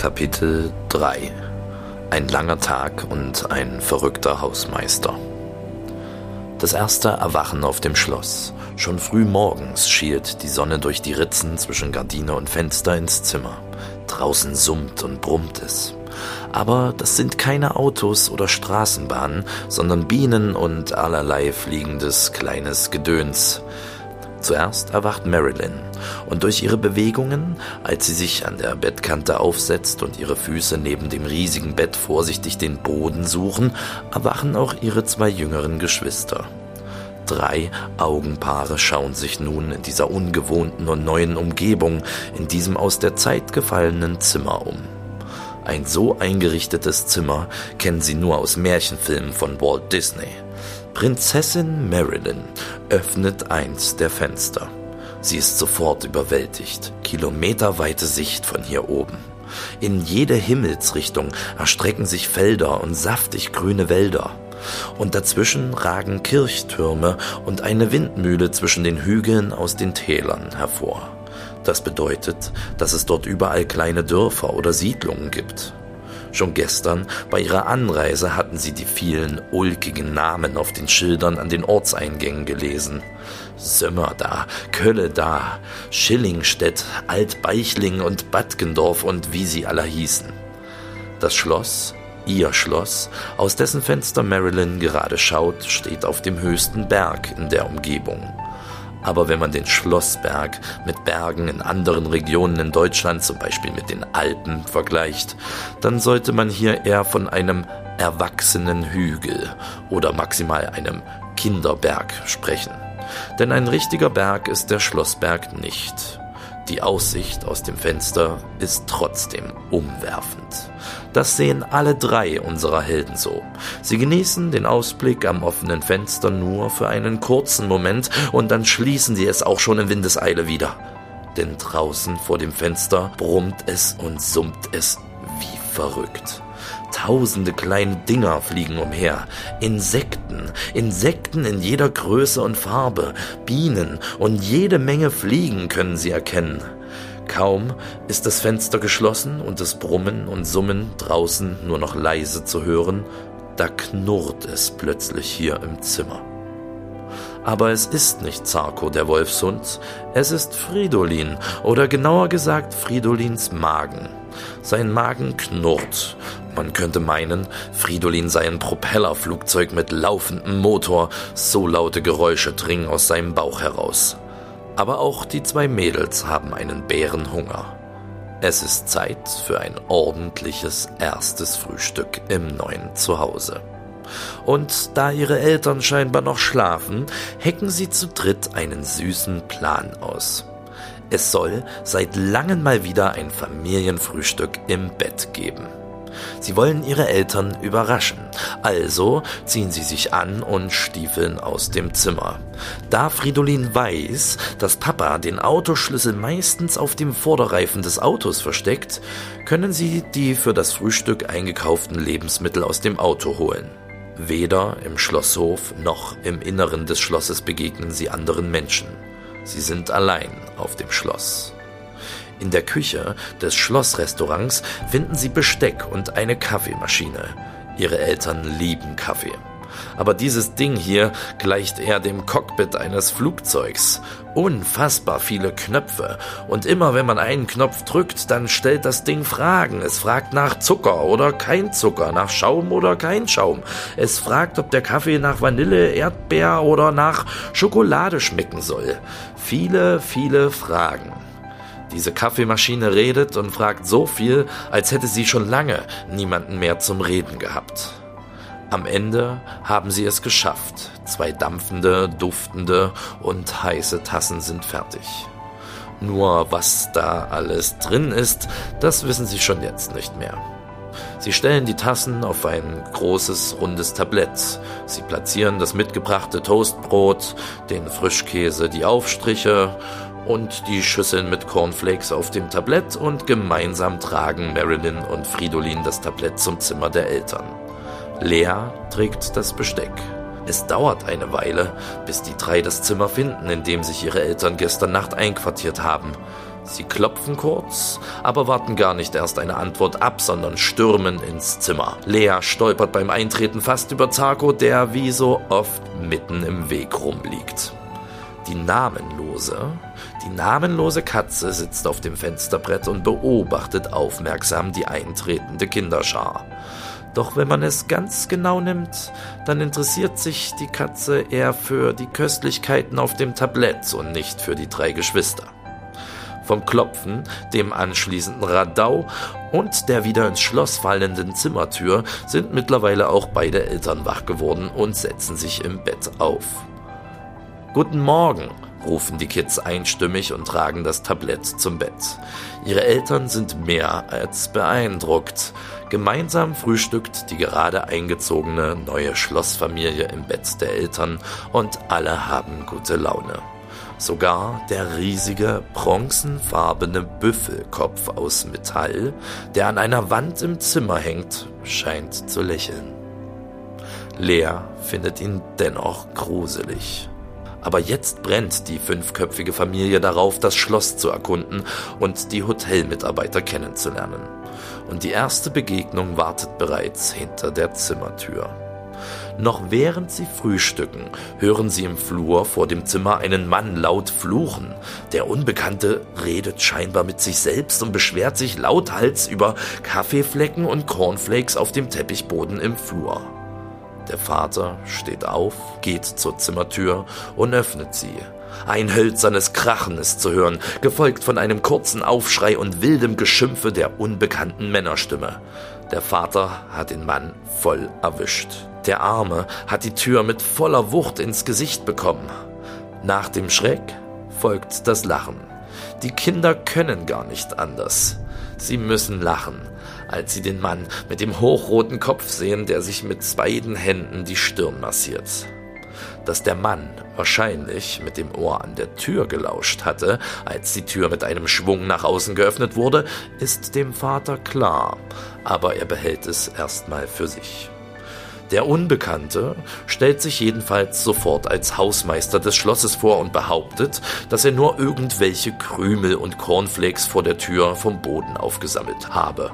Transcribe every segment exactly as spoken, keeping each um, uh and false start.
Kapitel drei. Ein langer Tag und ein verrückter Hausmeister. Das erste Erwachen auf dem Schloss. Schon früh morgens schielt die Sonne durch die Ritzen zwischen Gardine und Fenster ins Zimmer. Draußen summt und brummt es. Aber das sind keine Autos oder Straßenbahnen, sondern Bienen und allerlei fliegendes kleines Gedöns. Zuerst erwacht Marilyn, und durch ihre Bewegungen, als sie sich an der Bettkante aufsetzt und ihre Füße neben dem riesigen Bett vorsichtig den Boden suchen, erwachen auch ihre zwei jüngeren Geschwister. Drei Augenpaare schauen sich nun in dieser ungewohnten und neuen Umgebung, in diesem aus der Zeit gefallenen Zimmer um. Ein so eingerichtetes Zimmer kennen sie nur aus Märchenfilmen von Walt Disney. Prinzessin Marilyn öffnet eins der Fenster. Sie ist sofort überwältigt. Kilometerweite Sicht von hier oben. In jede Himmelsrichtung erstrecken sich Felder und saftig grüne Wälder. Und dazwischen ragen Kirchtürme und eine Windmühle zwischen den Hügeln aus den Tälern hervor. Das bedeutet, dass es dort überall kleine Dörfer oder Siedlungen gibt. Schon gestern bei ihrer Anreise hatten sie die vielen ulkigen Namen auf den Schildern an den Ortseingängen gelesen. Sömmerda, Kölleda, Schillingstedt, Altbeichling und Badgendorf und wie sie alle hießen. Das Schloss, ihr Schloss, aus dessen Fenster Marilyn gerade schaut, steht auf dem höchsten Berg in der Umgebung. Aber wenn man den Schlossberg mit Bergen in anderen Regionen in Deutschland, zum Beispiel mit den Alpen, vergleicht, dann sollte man hier eher von einem erwachsenen Hügel oder maximal einem Kinderberg sprechen. Denn ein richtiger Berg ist der Schlossberg nicht. Die Aussicht aus dem Fenster ist trotzdem umwerfend. Das sehen alle drei unserer Helden so. Sie genießen den Ausblick am offenen Fenster nur für einen kurzen Moment und dann schließen sie es auch schon in Windeseile wieder. Denn draußen vor dem Fenster brummt es und summt es wie verrückt. Tausende kleine Dinger fliegen umher. Insekten, Insekten in jeder Größe und Farbe, Bienen und jede Menge Fliegen können sie erkennen. Kaum ist das Fenster geschlossen und das Brummen und Summen draußen nur noch leise zu hören, da knurrt es plötzlich hier im Zimmer. Aber es ist nicht Zarko, der Wolfshund, es ist Fridolin, oder genauer gesagt Fridolins Magen. Sein Magen knurrt. Man könnte meinen, Fridolin sei ein Propellerflugzeug mit laufendem Motor, so laute Geräusche dringen aus seinem Bauch heraus. Aber auch die zwei Mädels haben einen Bärenhunger. Es ist Zeit für ein ordentliches erstes Frühstück im neuen Zuhause. Und da ihre Eltern scheinbar noch schlafen, hecken sie zu dritt einen süßen Plan aus. Es soll seit langem mal wieder ein Familienfrühstück im Bett geben. Sie wollen ihre Eltern überraschen, also ziehen sie sich an und stiefeln aus dem Zimmer. Da Fridolin weiß, dass Papa den Autoschlüssel meistens auf dem Vorderreifen des Autos versteckt, können sie die für das Frühstück eingekauften Lebensmittel aus dem Auto holen. Weder im Schlosshof noch im Inneren des Schlosses begegnen sie anderen Menschen. Sie sind allein auf dem Schloss. In der Küche des Schlossrestaurants finden sie Besteck und eine Kaffeemaschine. Ihre Eltern lieben Kaffee. Aber dieses Ding hier gleicht eher dem Cockpit eines Flugzeugs. Unfassbar viele Knöpfe. Und immer wenn man einen Knopf drückt, dann stellt das Ding Fragen. Es fragt nach Zucker oder kein Zucker, nach Schaum oder kein Schaum. Es fragt, ob der Kaffee nach Vanille, Erdbeer oder nach Schokolade schmecken soll. Viele, viele Fragen. Diese Kaffeemaschine redet und fragt so viel, als hätte sie schon lange niemanden mehr zum Reden gehabt. Am Ende haben sie es geschafft. Zwei dampfende, duftende und heiße Tassen sind fertig. Nur was da alles drin ist, das wissen sie schon jetzt nicht mehr. Sie stellen die Tassen auf ein großes, rundes Tablett. Sie platzieren das mitgebrachte Toastbrot, den Frischkäse, die Aufstriche und die Schüsseln mit Cornflakes auf dem Tablett und gemeinsam tragen Marilyn und Fridolin das Tablett zum Zimmer der Eltern. Lea trägt das Besteck. Es dauert eine Weile, bis die drei das Zimmer finden, in dem sich ihre Eltern gestern Nacht einquartiert haben. Sie klopfen kurz, aber warten gar nicht erst eine Antwort ab, sondern stürmen ins Zimmer. Lea stolpert beim Eintreten fast über Zarko, der wie so oft mitten im Weg rumliegt. Die namenlose, die namenlose Katze sitzt auf dem Fensterbrett und beobachtet aufmerksam die eintretende Kinderschar. Doch wenn man es ganz genau nimmt, dann interessiert sich die Katze eher für die Köstlichkeiten auf dem Tablett und nicht für die drei Geschwister. Vom Klopfen, dem anschließenden Radau und der wieder ins Schloss fallenden Zimmertür sind mittlerweile auch beide Eltern wach geworden und setzen sich im Bett auf. »Guten Morgen«, rufen die Kids einstimmig und tragen das Tablett zum Bett. Ihre Eltern sind mehr als beeindruckt. Gemeinsam frühstückt die gerade eingezogene neue Schlossfamilie im Bett der Eltern und alle haben gute Laune. Sogar der riesige, bronzenfarbene Büffelkopf aus Metall, der an einer Wand im Zimmer hängt, scheint zu lächeln. Lea findet ihn dennoch gruselig. Aber jetzt brennt die fünfköpfige Familie darauf, das Schloss zu erkunden und die Hotelmitarbeiter kennenzulernen. Und die erste Begegnung wartet bereits hinter der Zimmertür. Noch während sie frühstücken, hören sie im Flur vor dem Zimmer einen Mann laut fluchen. Der Unbekannte redet scheinbar mit sich selbst und beschwert sich lauthals über Kaffeeflecken und Cornflakes auf dem Teppichboden im Flur. Der Vater steht auf, geht zur Zimmertür und öffnet sie. Ein hölzernes Krachen ist zu hören, gefolgt von einem kurzen Aufschrei und wildem Geschimpfe der unbekannten Männerstimme. Der Vater hat den Mann voll erwischt. Der Arme hat die Tür mit voller Wucht ins Gesicht bekommen. Nach dem Schreck folgt das Lachen. Die Kinder können gar nicht anders. Sie müssen lachen, als sie den Mann mit dem hochroten Kopf sehen, der sich mit beiden Händen die Stirn massiert. Dass der Mann wahrscheinlich mit dem Ohr an der Tür gelauscht hatte, als die Tür mit einem Schwung nach außen geöffnet wurde, ist dem Vater klar, aber er behält es erstmal für sich. Der Unbekannte stellt sich jedenfalls sofort als Hausmeister des Schlosses vor und behauptet, dass er nur irgendwelche Krümel und Cornflakes vor der Tür vom Boden aufgesammelt habe.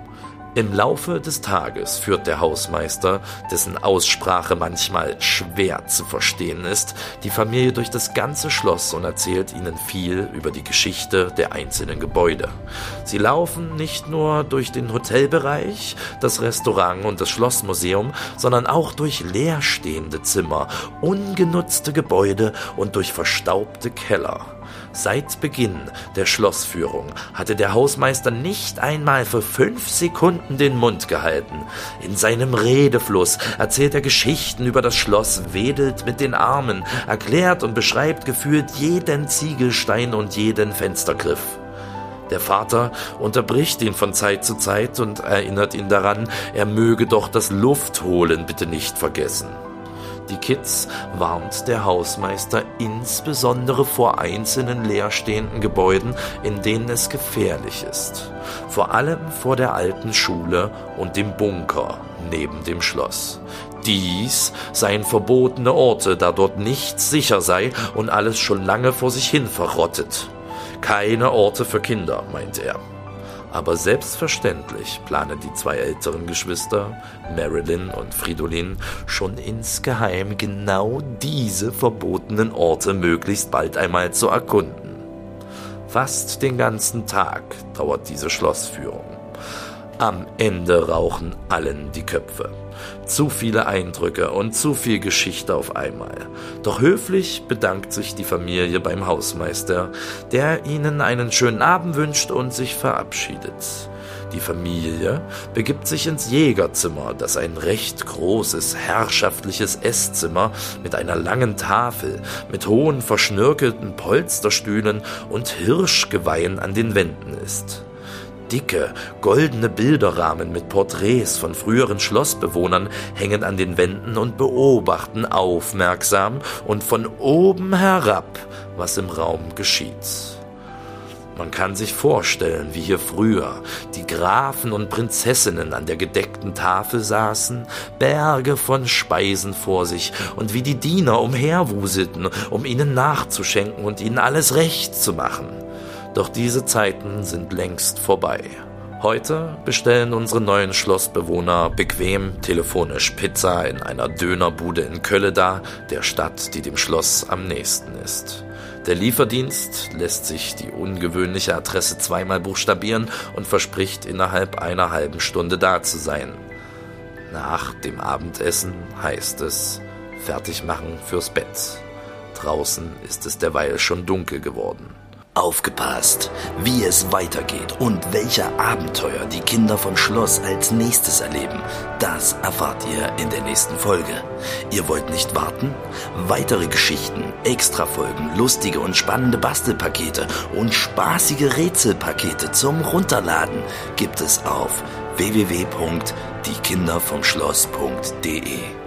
Im Laufe des Tages führt der Hausmeister, dessen Aussprache manchmal schwer zu verstehen ist, die Familie durch das ganze Schloss und erzählt ihnen viel über die Geschichte der einzelnen Gebäude. Sie laufen nicht nur durch den Hotelbereich, das Restaurant und das Schlossmuseum, sondern auch durch leerstehende Zimmer, ungenutzte Gebäude und durch verstaubte Keller. Seit Beginn der Schlossführung hatte der Hausmeister nicht einmal für fünf Sekunden den Mund gehalten. In seinem Redefluss erzählt er Geschichten über das Schloss, wedelt mit den Armen, erklärt und beschreibt gefühlt jeden Ziegelstein und jeden Fenstergriff. Der Vater unterbricht ihn von Zeit zu Zeit und erinnert ihn daran, er möge doch das Luftholen bitte nicht vergessen. Die Kids warnt der Hausmeister insbesondere vor einzelnen leerstehenden Gebäuden, in denen es gefährlich ist. Vor allem vor der alten Schule und dem Bunker neben dem Schloss. Dies seien verbotene Orte, da dort nichts sicher sei und alles schon lange vor sich hin verrottet. Keine Orte für Kinder, meint er. Aber selbstverständlich planen die zwei älteren Geschwister, Marilyn und Fridolin, schon insgeheim genau diese verbotenen Orte möglichst bald einmal zu erkunden. Fast den ganzen Tag dauert diese Schlossführung. Am Ende rauchen allen die Köpfe. Zu viele Eindrücke und zu viel Geschichte auf einmal. Doch höflich bedankt sich die Familie beim Hausmeister, der ihnen einen schönen Abend wünscht und sich verabschiedet. Die Familie begibt sich ins Jägerzimmer, das ein recht großes, herrschaftliches Esszimmer mit einer langen Tafel, mit hohen, verschnörkelten Polsterstühlen und Hirschgeweihen an den Wänden ist. Dicke, goldene Bilderrahmen mit Porträts von früheren Schlossbewohnern hängen an den Wänden und beobachten aufmerksam und von oben herab, was im Raum geschieht. Man kann sich vorstellen, wie hier früher die Grafen und Prinzessinnen an der gedeckten Tafel saßen, Berge von Speisen vor sich und wie die Diener umherwuselten, um ihnen nachzuschenken und ihnen alles recht zu machen. Doch diese Zeiten sind längst vorbei. Heute bestellen unsere neuen Schlossbewohner bequem telefonisch Pizza in einer Dönerbude in Kölleda, der Stadt, die dem Schloss am nächsten ist. Der Lieferdienst lässt sich die ungewöhnliche Adresse zweimal buchstabieren und verspricht, innerhalb einer halben Stunde da zu sein. Nach dem Abendessen heißt es, fertig machen fürs Bett. Draußen ist es derweil schon dunkel geworden. Aufgepasst, wie es weitergeht und welche Abenteuer die Kinder vom Schloss als nächstes erleben, das erfahrt ihr in der nächsten Folge. Ihr wollt nicht warten? Weitere Geschichten, Extrafolgen, lustige und spannende Bastelpakete und spaßige Rätselpakete zum Runterladen gibt es auf w w w punkt die kinder vom schloss punkt d e.